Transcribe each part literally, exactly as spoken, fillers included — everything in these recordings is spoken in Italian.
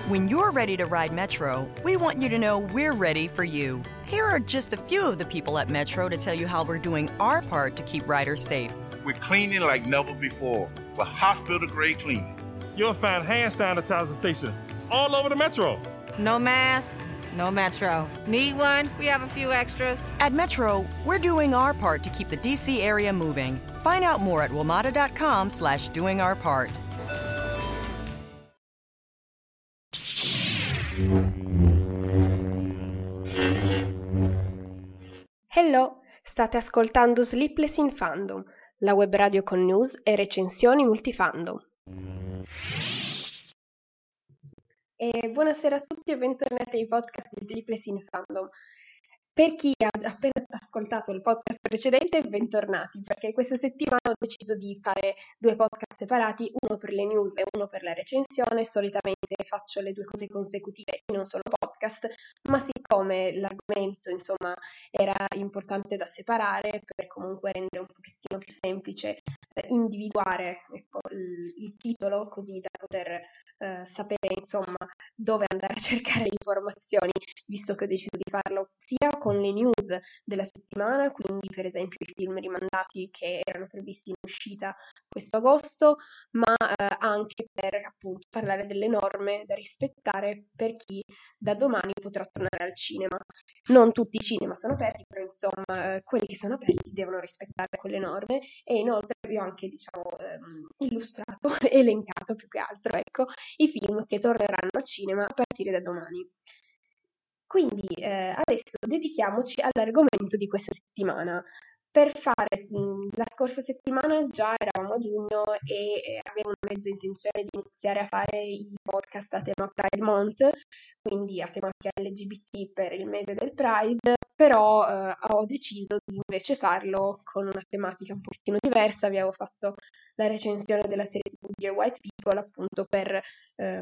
When you're ready to ride Metro, we want you to know we're ready for you. Here are just a few of the people at Metro to tell you how we're doing our part to keep riders safe. We're cleaning like never before with hospital-grade cleaning. You'll find hand sanitizer stations all over the Metro. No mask, no Metro. Need one? We have a few extras. At Metro, we're doing our part to keep the D C area moving. Find out more at WMATA.com slash doing our part. Hello, state ascoltando Sleepless in Fandom, la web radio con news e recensioni multifandom. E buonasera a tutti e bentornati ai podcast di Sleepless in Fandom. Per chi ha appena ascoltato il podcast precedente, bentornati, perché questa settimana ho deciso di fare due podcast separati, uno per le news e uno per la recensione. Solitamente faccio le due cose consecutive in un solo podcast, ma siccome l'argomento, insomma, era importante da separare per comunque rendere un pochettino più semplice eh, individuare ecco, il, il titolo, così da poter eh, sapere, insomma, dove andare a cercare le informazioni, visto che ho deciso di farlo sia con le news della settimana, quindi per esempio i film rimandati che erano previsti in uscita questo agosto, ma eh, anche per appunto parlare delle norme da rispettare per chi da domani potrà tornare al cinema. Non tutti i cinema sono aperti, però insomma eh, quelli che sono aperti devono rispettare quelle norme, e inoltre vi ho anche diciamo ehm, illustrato, elencato più che altro, ecco, i film che torneranno al cinema a partire da domani. Quindi eh, adesso dedichiamoci all'argomento di questa settimana. Per fare mh, la scorsa settimana già eravamo a giugno e eh, avevo una mezza intenzione di iniziare a fare i podcast a tema Pride Month, quindi a tematica L G B T per il mese del Pride, però eh, ho deciso di invece farlo con una tematica un pochettino diversa. Avevo fatto la recensione della serie tivù Dear White People, appunto per ehm,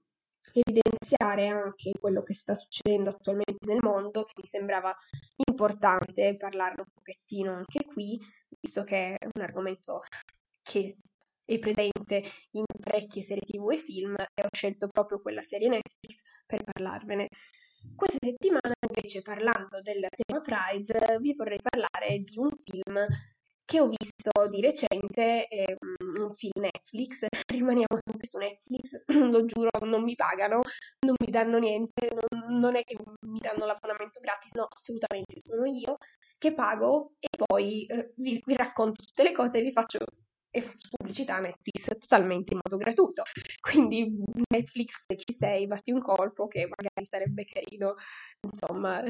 evidenziare anche quello che sta succedendo attualmente nel mondo, che mi sembrava importante parlarne un pochettino anche qui, visto che è un argomento che è presente in parecchie serie tivù e film, e ho scelto proprio quella serie Netflix per parlarvene. Questa settimana invece, parlando del tema Pride, vi vorrei parlare di un film che ho visto di recente, eh, un film Netflix. Rimaniamo sempre su Netflix, lo giuro, non mi pagano, non mi danno niente, non, non è che mi danno l'abbonamento gratis, no, assolutamente, sono io che pago e poi eh, vi, vi racconto tutte le cose e vi faccio, e faccio pubblicità a Netflix totalmente in modo gratuito. Quindi Netflix, se ci sei, batti un colpo che magari sarebbe carino, insomma,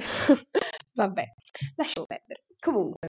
vabbè, lasciamo perdere. Comunque,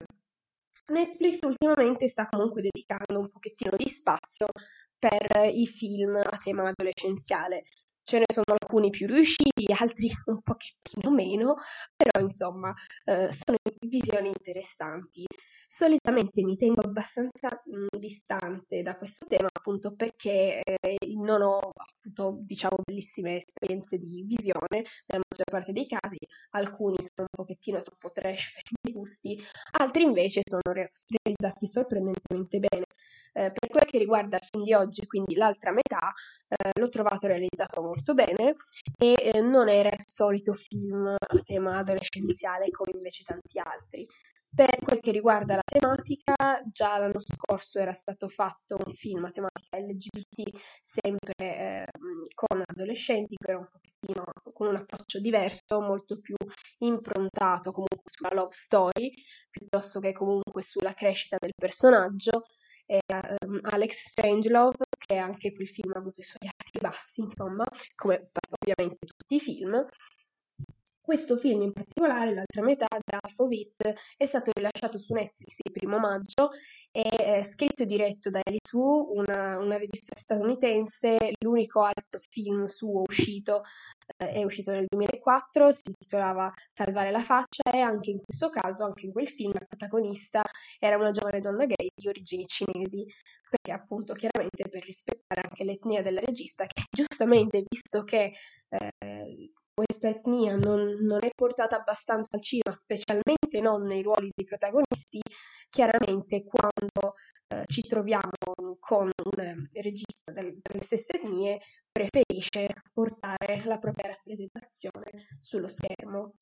Netflix ultimamente sta comunque dedicando un pochettino di spazio per i film a tema adolescenziale. Ce ne sono alcuni più riusciti, altri un pochettino meno, però insomma eh, sono visioni interessanti. Solitamente mi tengo abbastanza mh, distante da questo tema, appunto perché eh, non ho avuto, diciamo, bellissime esperienze di visione nella maggior parte dei casi. Alcuni sono un pochettino troppo trash per i miei gusti, altri invece sono re- realizzati sorprendentemente bene. Eh, per quel che riguarda il film di oggi, quindi l'altra metà, eh, l'ho trovato realizzato molto bene e eh, non era il solito film a tema adolescenziale come invece tanti altri. Per quel che riguarda la tematica, già l'anno scorso era stato fatto un film a tematica L G B T, sempre eh, con adolescenti, però un pochettino con un approccio diverso, molto più improntato comunque sulla love story, piuttosto che comunque sulla crescita del personaggio. E, um, Alex Strangelove, che anche quel film ha avuto i suoi alti e bassi, insomma, come ovviamente tutti i film. Questo film in particolare, l'altra metà, The Half of It, è stato rilasciato su Netflix il primo maggio, è eh, scritto e diretto da Alice Wu, una, una regista statunitense. L'unico altro film suo uscito eh, è uscito nel duemilaquattro, si intitolava Salvare la faccia, e anche in questo caso, anche in quel film, la protagonista era una giovane donna gay di origini cinesi, perché appunto chiaramente per rispettare anche l'etnia della regista, che giustamente, visto che eh, questa etnia non, non è portata abbastanza al cinema, specialmente non nei ruoli dei protagonisti, chiaramente quando eh, ci troviamo con un regista del, delle stesse etnie preferisce portare la propria rappresentazione sullo schermo.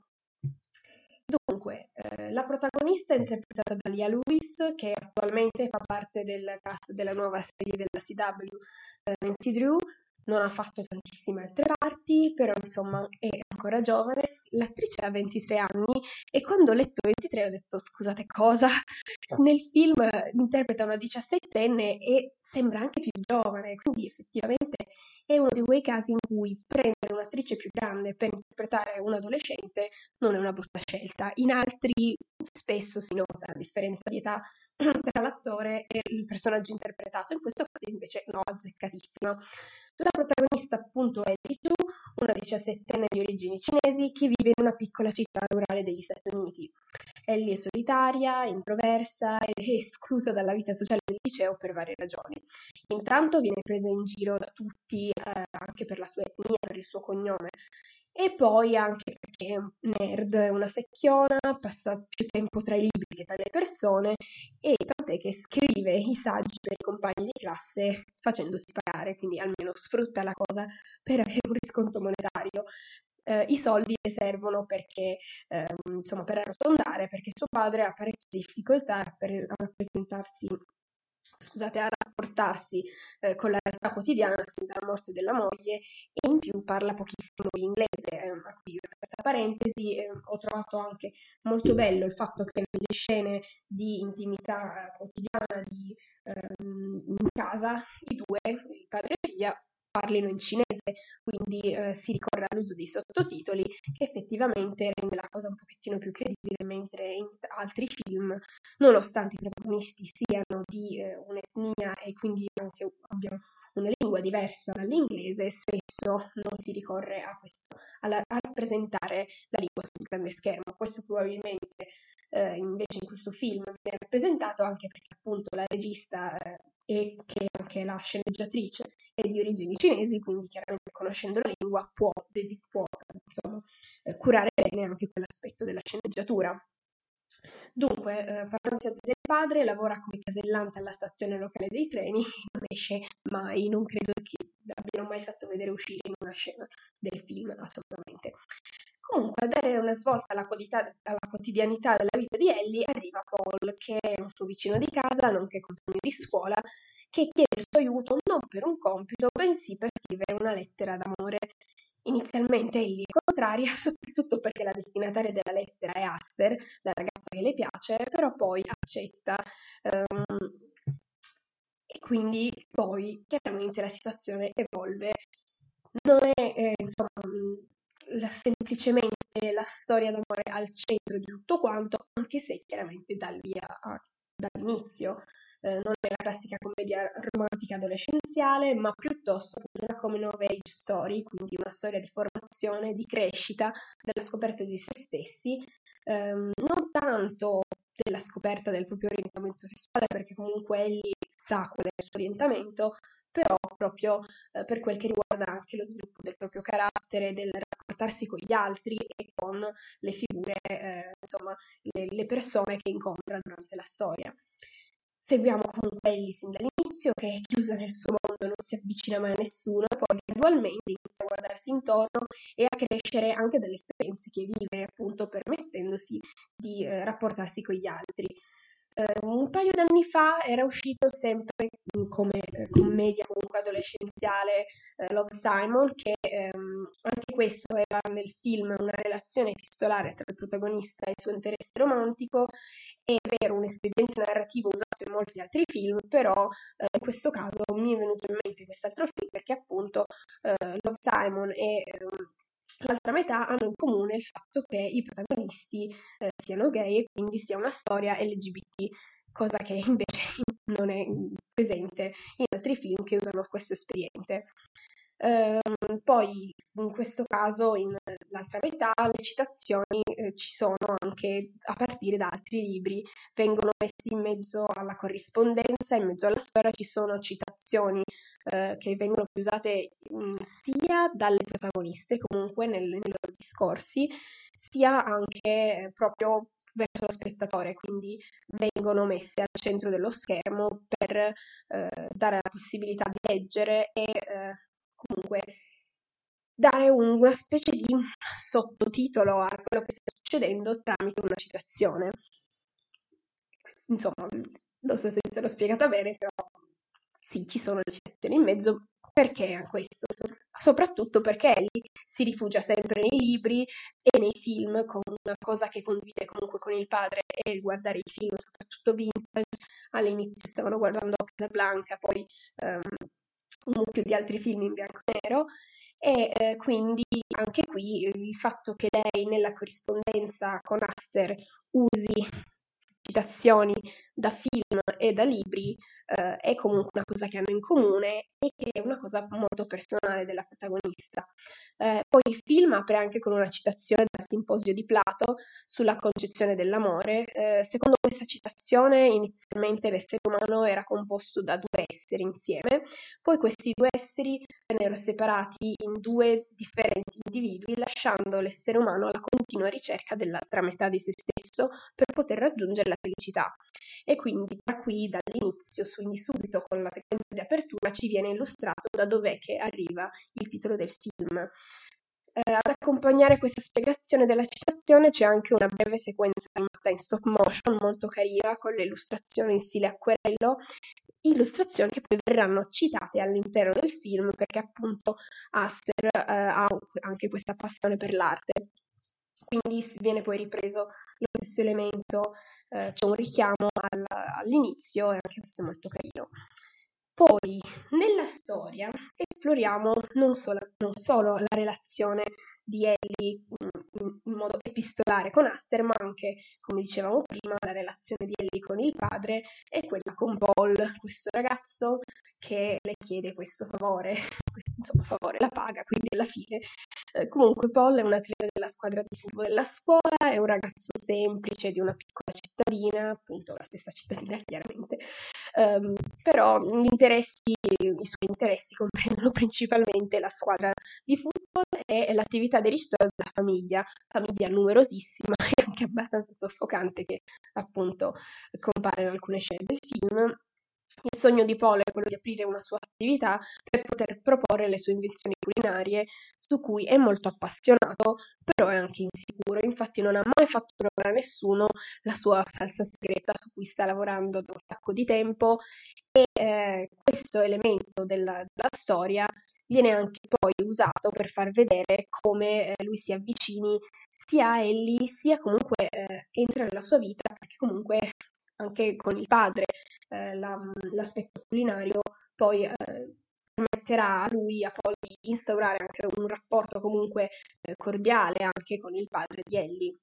Dunque, eh, la protagonista è interpretata da Lia Lewis, che attualmente fa parte del cast della nuova serie della C W, eh, Nancy Drew. Non ha fatto tantissime altre parti, però insomma è ancora giovane. L'attrice ha ventitré anni e quando ho letto ventitré ho detto scusate cosa? Nel film interpreta una diciassettenne e sembra anche più giovane, quindi effettivamente è uno di quei casi in cui prendere un'attrice più grande per interpretare un adolescente non è una brutta scelta. In altri spesso si nota la differenza di età tra l'attore e il personaggio interpretato, in questo caso invece no, azzeccatissima. La protagonista appunto è Ellie Chu, una diciassettenne di origini cinesi che vive in una piccola città rurale degli Stati Uniti. Ellie è solitaria, introversa ed è esclusa dalla vita sociale del liceo per varie ragioni. Intanto viene presa in giro da tutti, eh, anche per la sua etnia, per il suo cognome, e poi anche perché è un nerd, è una secchiona, passa più tempo tra i libri che tra le persone, e tant'è che scrive i saggi per i compagni di classe facendosi pagare, quindi almeno sfrutta la cosa per avere un riscontro monetario. Eh, I soldi le servono perché, ehm, insomma, per arrotondare, perché suo padre ha parecchie difficoltà per rappresentarsi, scusate, a rapportarsi eh, con la realtà quotidiana sin dalla morte della moglie, e in più parla pochissimo l'inglese, eh, a cui, aperta parentesi, eh, ho trovato anche molto bello il fatto che nelle scene di intimità eh, quotidiana di, ehm, in casa i due, il padre e figlia, parlino in cinese, quindi eh, si ricorre all'uso di sottotitoli, che effettivamente rende la cosa un pochettino più credibile, mentre in altri film, nonostante i protagonisti siano di eh, un'etnia e quindi anche abbiano una lingua diversa dall'inglese, spesso non si ricorre a questo, alla, a rappresentare la lingua sul grande schermo. Questo probabilmente eh, invece in questo film viene rappresentato anche perché appunto la regista eh, e che anche la sceneggiatrice è di origini cinesi, quindi chiaramente conoscendo la lingua può, può insomma, eh, curare bene anche quell'aspetto della sceneggiatura. Dunque, eh, parlando sempre del padre, lavora come casellante alla stazione locale dei treni, non esce mai, non credo che abbiano mai fatto vedere uscire in una scena del film, assolutamente. Comunque, a dare una svolta alla, qualità, alla quotidianità della vita di Ellie arriva Paul, che è un suo vicino di casa, nonché compagno di scuola, che chiede il suo aiuto non per un compito, bensì per scrivere una lettera d'amore. Inizialmente Ellie è contraria, soprattutto perché la destinataria della lettera è Aster, la ragazza che le piace, però poi accetta. Um, e quindi poi chiaramente la situazione evolve. Non è eh, insomma la, semplicemente la storia d'amore al centro di tutto quanto, anche se chiaramente dal via a, dall'inizio. Eh, non è la classica commedia romantica adolescenziale, ma piuttosto una coming of age story, quindi una storia di formazione, di crescita, della scoperta di se stessi, ehm, non tanto della scoperta del proprio orientamento sessuale, perché comunque Ellie sa qual è il suo orientamento, però proprio eh, per quel che riguarda anche lo sviluppo del proprio carattere, del rapportarsi con gli altri e con le figure, eh, insomma, le, le persone che incontra durante la storia. Seguiamo comunque Ellie sin dall'inizio, che è chiusa nel suo mondo, non si avvicina mai a nessuno, e poi gradualmente inizia a guardarsi intorno e a crescere anche dalle esperienze che vive, appunto permettendosi di eh, rapportarsi con gli altri. Uh, un paio d'anni fa era uscito sempre come eh, commedia comunque adolescenziale eh, Love, Simon, che ehm, anche questo era nel film una relazione epistolare tra il protagonista e il suo interesse romantico. È vero, un espediente narrativo usato in molti altri film, però eh, in questo caso mi è venuto in mente quest'altro film perché appunto eh, Love, Simon e ehm, l'altra metà hanno in comune il fatto che i protagonisti eh, siano gay e quindi sia una storia L G B T, cosa che invece non è presente in altri film che usano questo espediente. Um, poi in questo caso, in l'altra metà, le citazioni eh, ci sono anche a partire da altri libri, vengono messi in mezzo alla corrispondenza, in mezzo alla storia ci sono citazioni eh, che vengono usate mh, sia dalle protagoniste comunque nel, nei loro discorsi, sia anche eh, proprio verso lo spettatore, quindi vengono messe al centro dello schermo per eh, dare la possibilità di leggere e eh, comunque dare un, una specie di sottotitolo a quello che sta succedendo tramite una citazione. Insomma, non so se mi sono spiegata bene, però sì, ci sono le citazioni in mezzo. Perché questo? Soprattutto perché Ellie si rifugia sempre nei libri e nei film, con una cosa che condivide comunque con il padre è il guardare i film, soprattutto vintage. All'inizio stavano guardando Casablanca, poi um, un mucchio di altri film in bianco e nero, e eh, quindi anche qui il fatto che lei nella corrispondenza con Aster usi citazioni da film e da libri eh, è comunque una cosa che hanno in comune e che è una cosa molto personale della protagonista. Eh, poi il film apre anche con una citazione dal Simposio di Plato sulla concezione dell'amore. Eh, secondo questa citazione inizialmente l'essere umano era composto da due esseri insieme, poi questi due esseri vennero separati in due differenti individui, lasciando l'essere umano alla continua ricerca dell'altra metà di se stesso per poter raggiungere la felicità. E quindi da qui, dall'inizio, quindi subito con la sequenza di apertura, ci viene illustrato da dov'è che arriva il titolo del film. Eh, ad accompagnare questa spiegazione della citazione c'è anche una breve sequenza animata in stop motion molto carina con le illustrazioni in stile acquerello, illustrazioni che poi verranno citate all'interno del film perché appunto Aster eh, ha anche questa passione per l'arte. Quindi viene poi ripreso lo stesso elemento, eh, c'è un richiamo al, all'inizio e anche questo è molto carino. Poi nella storia esploriamo non solo, non solo la relazione di Ellie in, in modo epistolare con Aster, ma anche, come dicevamo prima, la relazione di Ellie con il padre e quella con Paul, questo ragazzo che le chiede questo favore, questo, insomma favore la paga, quindi alla fine. Eh, comunque Paul è un atleta della squadra di football della scuola, è un ragazzo semplice di una piccola cittadina, appunto la stessa cittadina chiaramente, um, però gli interessi, i suoi interessi comprendono principalmente la squadra di football e l'attività dei ristori della famiglia, famiglia numerosissima e anche abbastanza soffocante che appunto compare in alcune scene del film. Il sogno di Paul è quello di aprire una sua attività per poter proporre le sue invenzioni culinarie, su cui è molto appassionato, però è anche insicuro. Infatti non ha mai fatto provare a nessuno la sua salsa segreta su cui sta lavorando da un sacco di tempo e eh, questo elemento della, della storia viene anche poi usato per far vedere come eh, lui si avvicini sia a Ellie, sia comunque eh, entra nella sua vita, perché comunque anche con il padre eh, la, l'aspetto culinario poi eh, permetterà a lui, a Paul, di instaurare anche un rapporto comunque eh, cordiale anche con il padre di Ellie.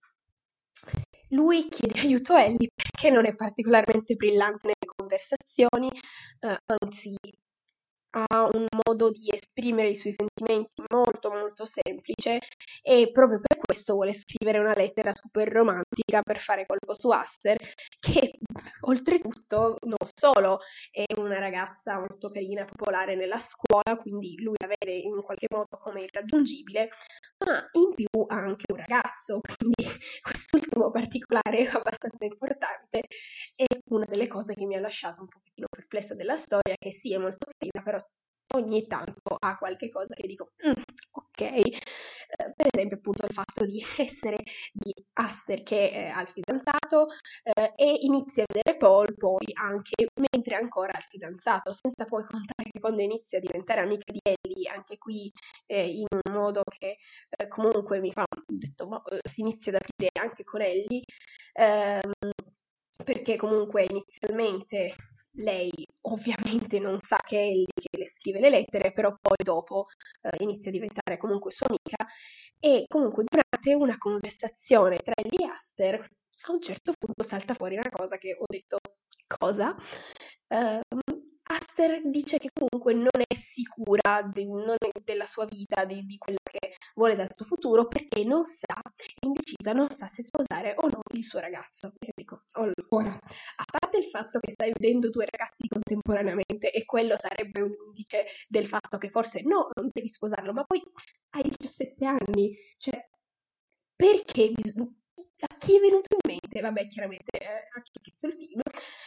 Lui chiede aiuto a Ellie perché non è particolarmente brillante nelle conversazioni, eh, anzi ha un modo di esprimere i suoi sentimenti molto molto semplice e proprio per questo vuole scrivere una lettera super romantica per fare colpo su Aster, che oltretutto non solo è una ragazza molto carina, popolare nella scuola, quindi lui la vede in qualche modo come irraggiungibile, ma in più ha anche un ragazzo, quindi quest'ultimo particolare è abbastanza importante e una delle cose che mi ha lasciato un pochettino perplessa della storia, che sì è molto carina, però ogni tanto ha qualche cosa che dico mm, ok, eh, per esempio appunto il fatto di essere di Aster che eh, ha il fidanzato eh, e inizia a vedere Paul poi anche mentre ancora ha il fidanzato, senza poi contare che quando inizia a diventare amica di Ellie, anche qui eh, in un modo che eh, comunque mi fa, ho detto, boh, si inizia ad aprire anche con Ellie, ehm, perché comunque inizialmente lei ovviamente non sa che è Ellie che le scrive le lettere, però poi dopo eh, inizia a diventare comunque sua amica e comunque durante una conversazione tra Ellie e Aster a un certo punto salta fuori una cosa che ho detto cosa? Uh, Aster dice che comunque non è sicura de, non è della sua vita, di, di quello che vuole dal suo futuro, perché non sa, è indecisa, non sa se sposare o no il suo ragazzo. Io dico, ora, a parte il fatto che stai vedendo due ragazzi contemporaneamente e quello sarebbe un indice del fatto che forse no, non devi sposarlo, ma poi hai diciassette anni, cioè perché bisogna... chi è venuto in mente? Vabbè, chiaramente eh, a chi ha scritto il film.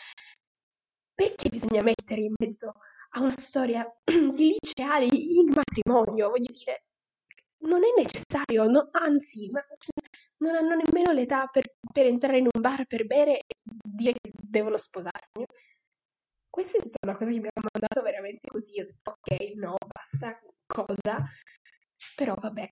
Perché bisogna mettere in mezzo a una storia di liceali il matrimonio? Voglio dire, non è necessario, no, anzi, ma non hanno nemmeno l'età per, per entrare in un bar per bere e dire che devono sposarsi. Questa è tutta una cosa che mi ha mandato veramente così. Ho detto, ok, no, basta, cosa? Però vabbè,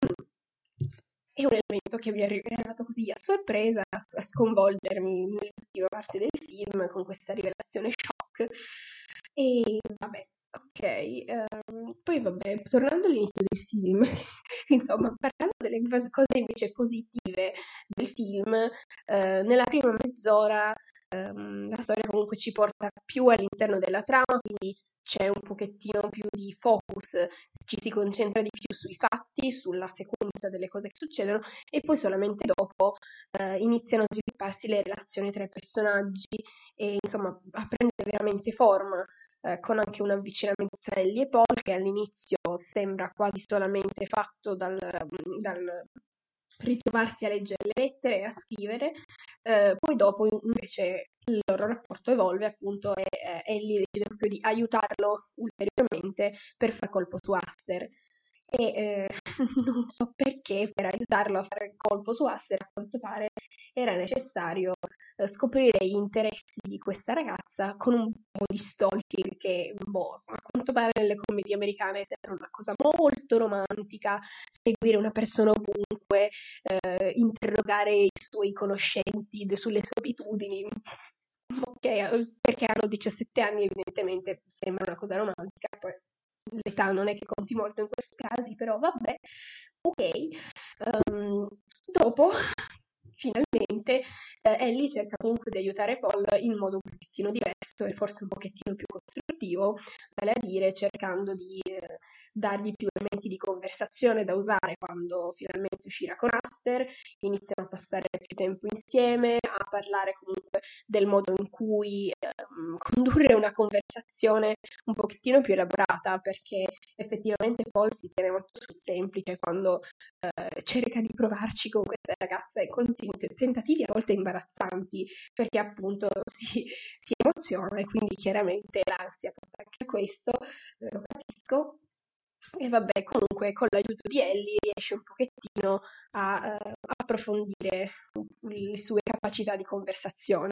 è un elemento che mi è arri- è arrivato così a sorpresa, a, a sconvolgermi nell'ultima parte del film con questa rivelazione shock. E vabbè, ok. ehm, poi vabbè, tornando all'inizio del film, insomma, parlando delle cos- cose invece positive del film, eh, nella prima mezz'ora ehm, la storia comunque ci porta più all'interno della trama, quindi c'è un pochettino più di focus, ci si concentra di più sui fatti, sulla sequenza delle cose che succedono e poi solamente dopo eh, iniziano a svilupparsi le relazioni tra i personaggi e insomma a prendere veramente forma, eh, con anche un avvicinamento tra Ellie e Paul che all'inizio sembra quasi solamente fatto dal, dal ritrovarsi a leggere le lettere e a scrivere, eh, poi dopo invece il loro rapporto evolve appunto e eh, Ellie decide proprio di aiutarlo ulteriormente per far colpo su Aster e eh, non so perché per aiutarlo a fare colpo su Aster a quanto pare era necessario eh, scoprire gli interessi di questa ragazza con un po' di stalking che boh, a quanto pare nelle commedie americane sembra una cosa molto romantica, seguire una persona ovunque, eh, interrogare i suoi conoscenti de- sulle sue abitudini. Ok, eh, perché hanno diciassette anni evidentemente sembra una cosa romantica, poi l'età non è che conti molto in questi casi, però vabbè, ok. Um, dopo, finalmente, eh, Ellie cerca comunque di aiutare Paul in modo un pochettino diverso e forse un pochettino più costruttivo, vale a dire cercando di eh, dargli più elementi di conversazione da usare quando finalmente uscirà con Aster, iniziano a passare più tempo insieme, a parlare comunque del modo in cui ehm, condurre una conversazione un pochettino più elaborata, perché effettivamente Paul si tiene molto sul semplice quando eh, cerca di provarci con questa ragazza e con t- tentativi a volte imbarazzanti, perché appunto si, si emoziona e quindi chiaramente l'ansia porta anche a questo, eh, lo capisco. E vabbè, comunque con l'aiuto di Ellie riesce un pochettino a eh, approfondire le sue capacità di conversazione.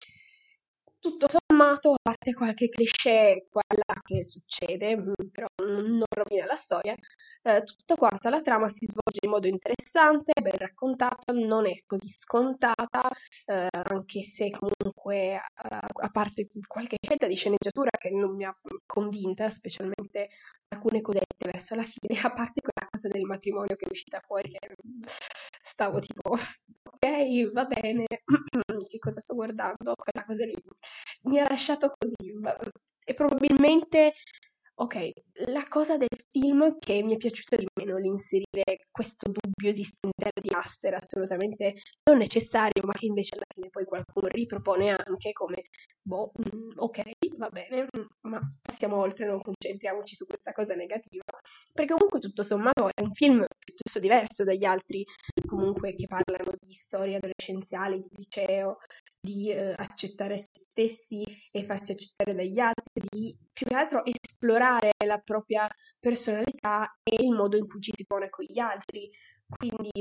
Tutto sommato, a parte qualche cliché qua e là che succede, mm, però non rovina la storia, eh, tutta quanta la trama si svolge in modo interessante, ben raccontata, non è così scontata, eh, anche se comunque eh, a parte qualche scelta di sceneggiatura che non mi ha convinta, specialmente alcune cosette verso la fine, a parte quella cosa del matrimonio che è uscita fuori, che stavo tipo, ok, va bene, che cosa sto guardando? Quella cosa lì mi ha lasciato così, ma- e probabilmente, ok, la cosa del film che mi è piaciuta di meno, l'inserire questo dubbio esistente di Aster, assolutamente non necessario, ma che invece alla fine poi qualcuno ripropone anche come, boh, mm, ok, va bene, mm, ma passiamo oltre, non concentriamoci su questa cosa negativa, perché comunque tutto sommato è un film piuttosto diverso dagli altri, comunque che parlano di storie adolescenziali, di liceo, di eh, accettare se stessi e farsi accettare dagli altri, di più che altro esplorare la propria personalità e il modo in cui ci si pone con gli altri. Quindi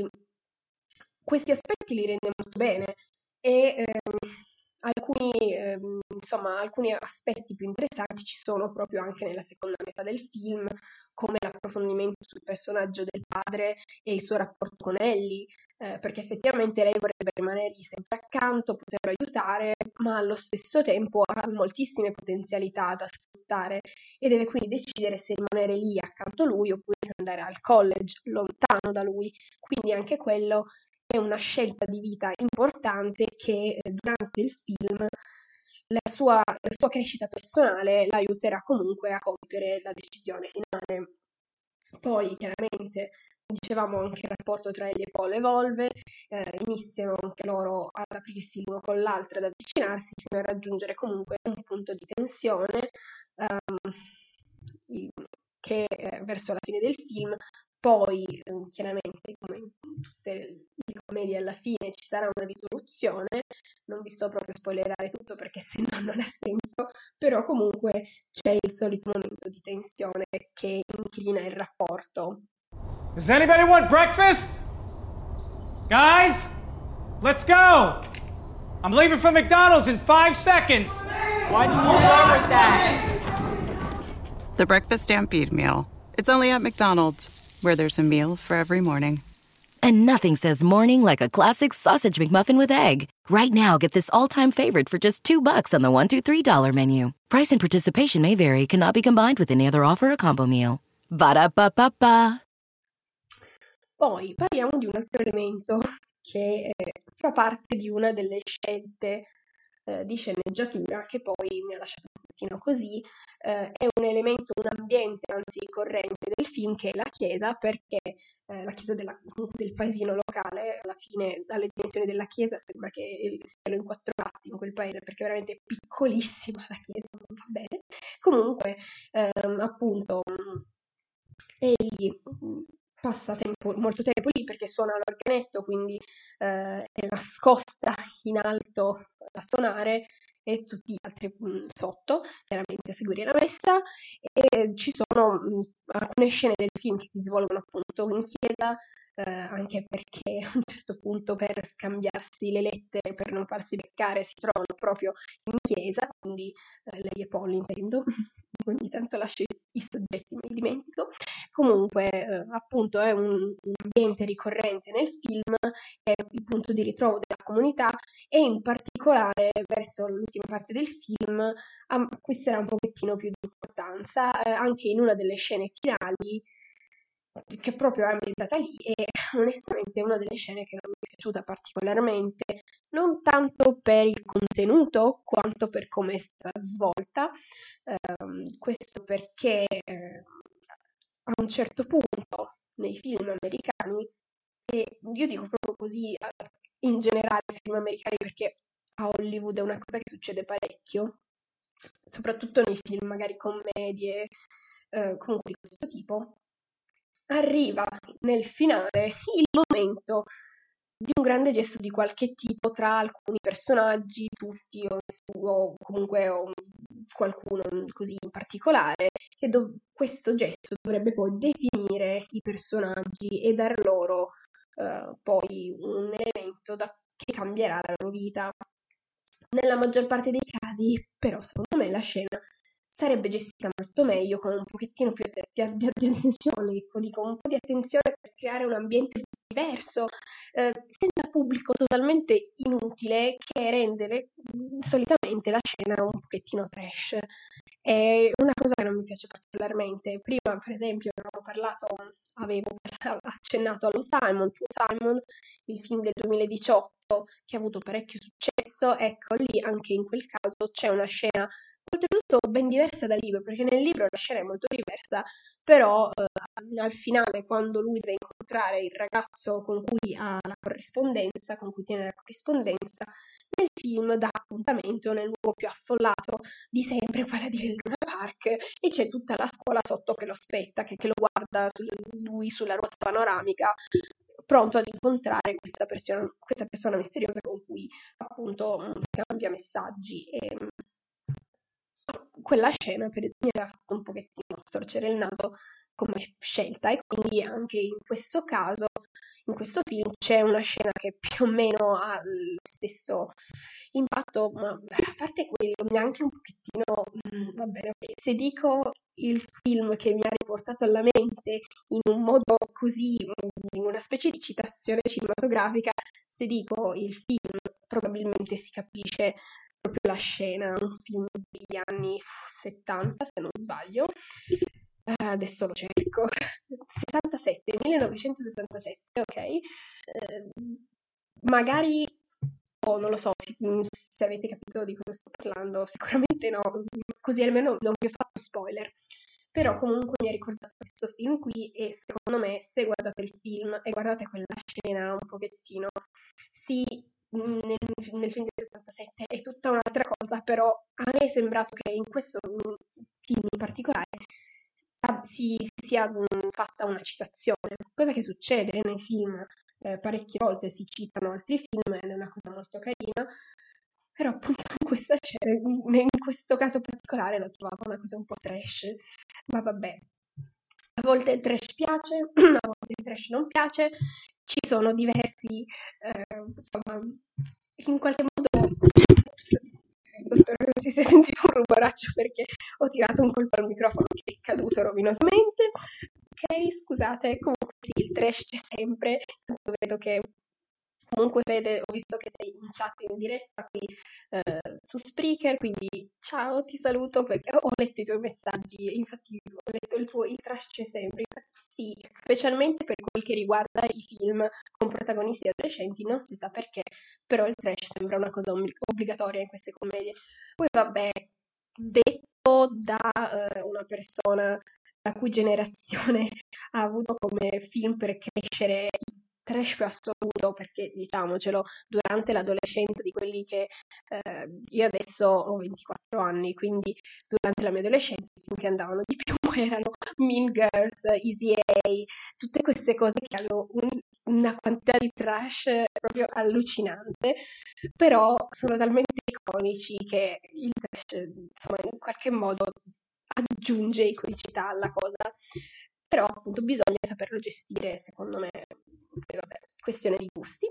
questi aspetti li rende molto bene e ehm, alcuni, ehm, insomma, alcuni aspetti più interessanti ci sono proprio anche nella seconda metà del film, come l'approfondimento sul personaggio del padre e il suo rapporto con Ellie, eh, perché effettivamente lei vorrebbe rimanergli sempre accanto, poterlo aiutare, ma allo stesso tempo ha moltissime potenzialità da sfruttare e deve quindi decidere se rimanere lì accanto a lui oppure se andare al college, lontano da lui. Quindi anche quello è una scelta di vita importante che eh, durante il film la sua, la sua crescita personale la aiuterà comunque a compiere la decisione finale. Poi chiaramente dicevamo anche il rapporto tra Ellie e Paul evolve, eh, iniziano anche loro ad aprirsi l'uno con l'altro, ad avvicinarsi fino a raggiungere comunque un punto di tensione ehm, che eh, verso la fine del film poi eh, chiaramente come in tutte le commedie alla fine ci sarà una risoluzione, non vi sto proprio a spoilerare tutto perché se no non ha senso, però comunque c'è il solito momento di tensione che inclina il rapporto. Does anybody want breakfast? Guys, let's go! I'm leaving for McDonald's in five seconds! Why didn't you start with that? The Breakfast Stampede Meal. It's only at McDonald's, where there's a meal for every morning. And nothing says morning like a classic sausage McMuffin with egg. Right now, get this all-time favorite for just two bucks on the one, two, three dollar menu. Price and participation may vary. Cannot be combined with any other offer or combo meal. Ba-da-ba-ba-ba. Poi parliamo di un altro elemento che eh, fa parte di una delle scelte eh, di sceneggiatura che poi mi ha lasciato un pochettino così. Eh, è un elemento, un ambiente anzi corrente del film, che è la chiesa, perché eh, la chiesa della, del paesino locale, alla fine dalle dimensioni della chiesa sembra che siano in quattro gatti in quel paese, perché è veramente piccolissima la chiesa, non va bene. Comunque ehm, appunto egli passa tempo, molto tempo lì perché suona l'organetto, quindi eh, è nascosta in alto a suonare e tutti gli altri mh, sotto, chiaramente a seguire la messa, e ci sono mh, alcune scene del film che si svolgono appunto in chiesa, eh, anche perché a un certo punto per scambiarsi le lettere, per non farsi beccare, si trovano proprio in chiesa, quindi eh, lei e Paul intendo, ogni tanto lascio i soggetti, me li dimentico. Comunque eh, appunto è un, un ambiente ricorrente nel film, è il punto di ritrovo della comunità e in particolare verso l'ultima parte del film acquisterà un pochettino più di importanza, eh, anche in una delle scene finali che proprio è ambientata lì, e onestamente è una delle scene che non mi è piaciuta particolarmente, non tanto per il contenuto quanto per come è stata svolta. Um, questo perché eh, a un certo punto nei film americani, e io dico proprio così in generale i film americani perché a Hollywood è una cosa che succede parecchio, soprattutto nei film magari commedie, eh, comunque di questo tipo, arriva nel finale il momento di un grande gesto di qualche tipo tra alcuni personaggi, tutti o, o comunque o qualcuno così in particolare, che dov- questo gesto dovrebbe poi definire i personaggi e dar loro uh, poi un elemento da- che cambierà la loro vita. Nella maggior parte dei casi, però, secondo me la scena sarebbe gestita molto meglio, con un pochettino più di, di, di attenzione, dico, dico, un po' di attenzione per creare un ambiente diverso, eh, senza pubblico totalmente inutile che rende le, solitamente la scena un pochettino trash. È una cosa che non mi piace particolarmente. Prima, per esempio, avevo parlato, avevo accennato allo Simon, tuo Simon, il film del duemiladiciotto che ha avuto parecchio successo. Ecco, lì anche in quel caso c'è una scena oltretutto ben diversa dal libro, perché nel libro la scena è molto diversa, però eh, al finale, quando lui deve incontrare il ragazzo con cui ha la corrispondenza, con cui tiene la corrispondenza, nel film dà appuntamento nel luogo più affollato di sempre, quella di Luna Park, e c'è tutta la scuola sotto che lo aspetta, che, che lo guarda lui sulla ruota panoramica, pronto ad incontrare questa persona, questa persona misteriosa con cui appunto cambia messaggi. E quella scena per mi era fatto un pochettino storcere il naso come scelta, e quindi anche in questo caso, in questo film, c'è una scena che più o meno ha lo stesso impatto, ma a parte quello, neanche un pochettino, mh, va bene, se dico il film che mi ha riportato alla mente in un modo così, in una specie di citazione cinematografica, se dico il film probabilmente si capisce proprio la scena, un film degli anni settanta se non sbaglio, uh, adesso lo cerco, sessantasette, millenovecentosessantasette, ok, uh, magari, oh, non lo so se, se avete capito di cosa sto parlando, sicuramente no, così almeno non vi ho fatto spoiler, però comunque mi ha ricordato questo film qui, e secondo me se guardate il film e guardate quella scena un pochettino, sì, Nel, nel film del sessantasette è tutta un'altra cosa, però a me è sembrato che in questo film in particolare si sia mh, fatta una citazione, cosa che succede nei film, eh, parecchie volte si citano altri film ed è una cosa molto carina, però appunto in, questa, in questo caso particolare lo trovavo una cosa un po' trash, ma vabbè. A volte il trash piace, a volte il trash non piace, ci sono diversi, eh, insomma, in qualche modo... Ups, spero che non si sia sentito un rumoraccio perché ho tirato un colpo al microfono che è caduto rovinosamente. Ok, scusate, comunque sì, il trash c'è sempre, vedo che... Comunque Fede, ho visto che sei in chat in diretta qui eh, su Spreaker, quindi ciao, ti saluto perché ho letto i tuoi messaggi, infatti ho letto il tuo, il trash c'è sempre, infatti sì, specialmente per quel che riguarda i film con protagonisti adolescenti, non si sa perché, però il trash sembra una cosa obbligatoria in queste commedie. Poi vabbè, detto da eh, una persona la cui generazione ha avuto come film per crescere trash più assoluto, perché diciamocelo, durante l'adolescenza di quelli che eh, io adesso ho ventiquattro anni, quindi durante la mia adolescenza i film che andavano di più erano Mean Girls, Easy A, tutte queste cose che hanno un, una quantità di trash proprio allucinante, però sono talmente iconici che il trash insomma in qualche modo aggiunge iconicità alla cosa, però appunto bisogna saperlo gestire, secondo me. E vabbè, questione di gusti.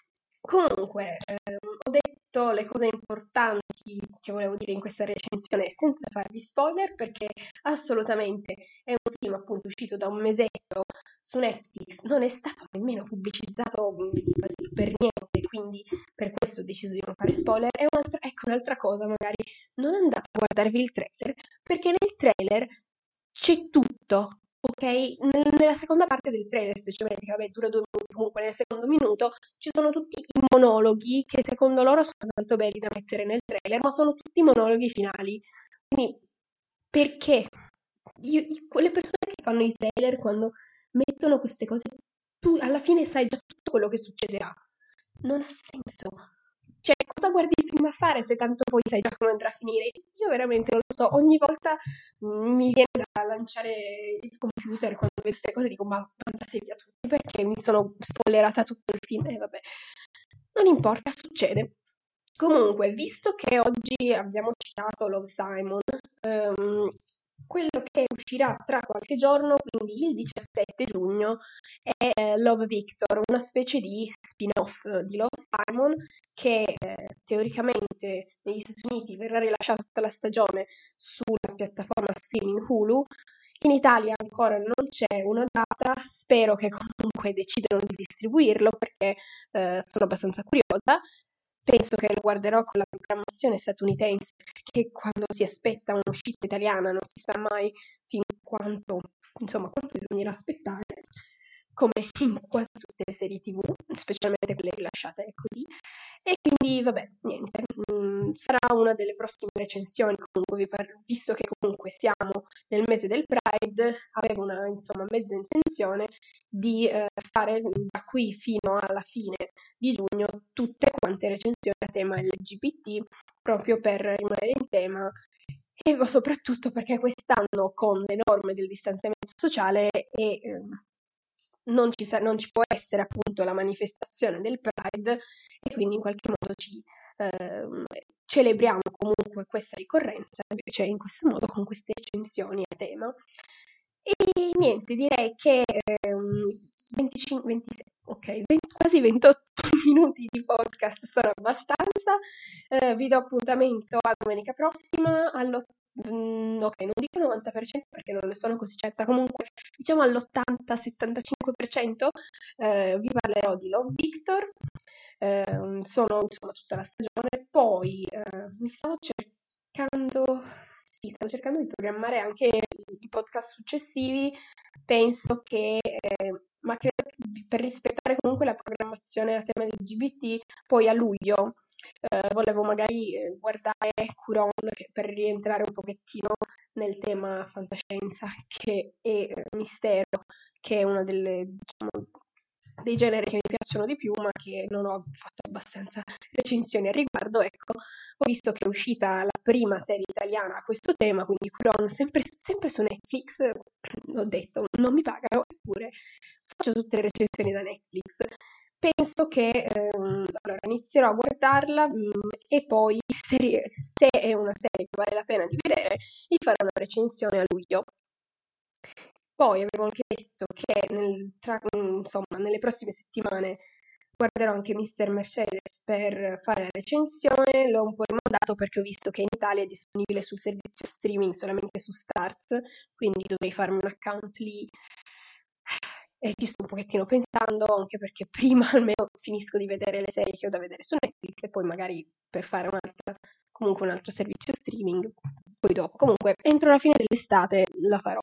Comunque, ehm, ho detto le cose importanti che volevo dire in questa recensione senza farvi spoiler, perché assolutamente è un film appunto uscito da un mesetto su Netflix, non è stato nemmeno pubblicizzato quasi per niente, quindi per questo ho deciso di non fare spoiler. E un'altra, ecco un'altra cosa, magari non andate a guardarvi il trailer, perché nel trailer c'è tutto. Ok, nella seconda parte del trailer, specialmente, che vabbè dura due minuti, comunque nel secondo minuto ci sono tutti i monologhi che secondo loro sono tanto belli da mettere nel trailer, ma sono tutti monologhi finali. Quindi perché? Io, quelle persone che fanno i trailer, quando mettono queste cose, tu alla fine sai già tutto quello che succederà. Non ha senso. Cioè, cosa guardi il film a fare se tanto poi sai già come andrà a finire? Io veramente non lo so, ogni volta mh, mi viene da lanciare il computer quando vedo queste cose, dico ma andate via tutti perché mi sono spoilerata tutto il film e vabbè, non importa, succede. Comunque, visto che oggi abbiamo citato Love, Simon, ehm, quello che uscirà tra qualche giorno, quindi il diciassette giugno, è eh, Love, Victor, una specie di spin-off di Love, Simon che eh, teoricamente negli Stati Uniti verrà rilasciata tutta la stagione sulla piattaforma streaming Hulu. In Italia ancora non c'è una data, spero che comunque decidano di distribuirlo perché eh, sono abbastanza curiosa. Penso che lo guarderò con la programmazione statunitense, perché quando si aspetta un'uscita italiana non si sa mai fin quanto, insomma, quanto bisognerà aspettare, come in quasi tutte le serie tivù, specialmente quelle rilasciate così. E quindi, vabbè, niente, mh, sarà una delle prossime recensioni, comunque, vi parlo, visto che comunque siamo nel mese del Pride, avevo una, insomma, mezza intenzione di eh, fare da qui fino alla fine di giugno tutte quante recensioni a tema L G B T, proprio per rimanere in tema e soprattutto perché quest'anno con le norme del distanziamento sociale e eh, non, ci sa- non ci può essere appunto la manifestazione del Pride e quindi in qualche modo ci eh, celebriamo comunque questa ricorrenza invece in questo modo con queste recensioni a tema. E niente, direi che ehm, venticinque, ventisei, ok, venti, quasi ventotto minuti di podcast sono abbastanza. Eh, vi do appuntamento a domenica prossima, allo, mm, ok, non dico novanta per cento perché non ne sono così certa, comunque diciamo all'ottanta settantacinque per cento eh, vi parlerò di Love, Victor. Eh, sono insomma tutta la stagione, poi eh, mi stavo cercando... Sì, stavo cercando di programmare anche i podcast successivi, penso che, eh, ma credo che per rispettare comunque la programmazione a tema L G B T, poi a luglio eh, volevo magari eh, guardare Curon per rientrare un pochettino nel tema fantascienza che è eh, mistero, che è una delle, diciamo, dei generi che mi piacciono di più, ma che non ho fatto abbastanza recensioni al riguardo. Ecco, ho visto che è uscita la prima serie italiana a questo tema, quindi Clone, sempre, sempre su Netflix. L'ho detto, non mi pagano, eppure faccio tutte le recensioni da Netflix. Penso che ehm, allora inizierò a guardarla mh, e poi se, ri- se è una serie che vale la pena di vedere, gli farò una recensione a luglio. Poi avevo anche detto che nel, tra, insomma, nelle prossime settimane guarderò anche mister Mercedes per fare la recensione. L'ho un po' rimandato perché ho visto che in Italia è disponibile sul servizio streaming solamente su Starz, quindi dovrei farmi un account lì. E ci sto un pochettino pensando, anche perché prima almeno finisco di vedere le serie che ho da vedere su Netflix e poi magari per fare un'altra, comunque un altro servizio streaming, poi dopo. Comunque, entro la fine dell'estate la farò.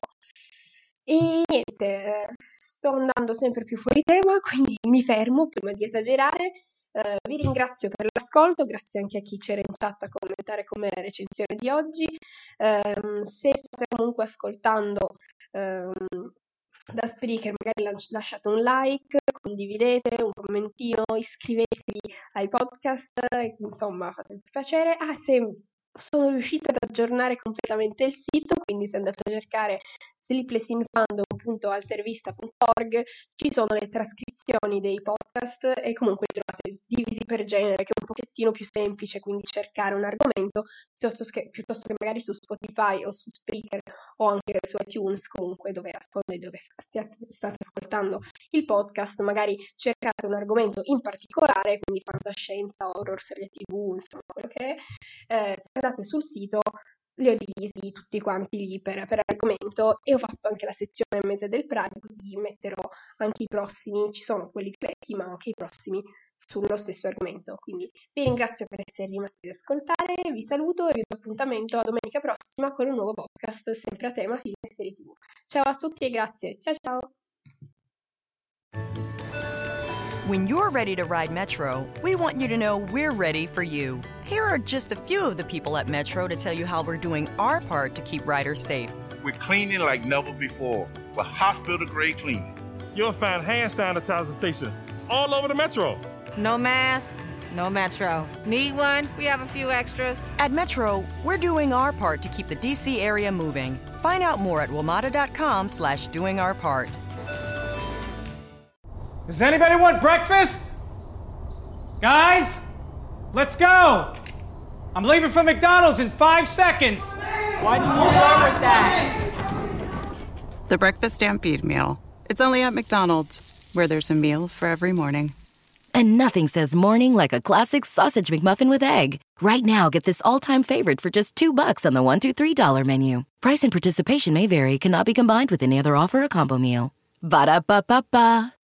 E niente, sto andando sempre più fuori tema, quindi mi fermo prima di esagerare. Uh, vi ringrazio per l'ascolto, grazie anche a chi c'era in chat a commentare come la recensione di oggi. Um, se state comunque ascoltando um, da Spreaker, magari lasciate un like, condividete, un commentino, iscrivetevi ai podcast, insomma fa sempre piacere. Ah, se sono riuscita ad aggiornare completamente il sito, quindi se andate a cercare sleeplessinfandom punto altervista punto org ci sono le trascrizioni dei podcast e comunque li trovate divisi per genere, che è un pochettino più semplice, quindi cercare un argomento piuttosto che, piuttosto che magari su Spotify o su Spreaker o anche su iTunes, comunque dove, dove state, state ascoltando il podcast, magari cercate un argomento in particolare, quindi fantascienza, horror, serie tv, insomma quello che è. Eh, se andate sul sito li ho divisi tutti quanti lì per, per argomento e ho fatto anche la sezione mese del Prime, così metterò anche i prossimi, ci sono quelli più vecchi ma anche i prossimi sullo stesso argomento. Quindi vi ringrazio per essere rimasti ad ascoltare, vi saluto e vi do appuntamento a domenica prossima con un nuovo podcast sempre a tema film e serie tv. Ciao a tutti e grazie, ciao ciao! When you're ready to ride Metro, we want you to know we're ready for you. Here are just a few of the people at Metro to tell you how we're doing our part to keep riders safe. We're cleaning like never before with hospital-grade cleaning. You'll find hand sanitizer stations all over the Metro. No mask, no Metro. Need one? We have a few extras. At Metro, we're doing our part to keep the D C area moving. Find out more at WMATA.com slash doing our part. Does anybody want breakfast? Guys, let's go! I'm leaving for McDonald's in five seconds. Why didn't you start with that? The Breakfast Stampede Meal. It's only at McDonald's, where there's a meal for every morning. And nothing says morning like a classic sausage McMuffin with egg. Right now, get this all-time favorite for just two bucks on the one, two, three dollar menu. Price and participation may vary. Cannot be combined with any other offer or combo meal. Ba-da-ba-ba-ba.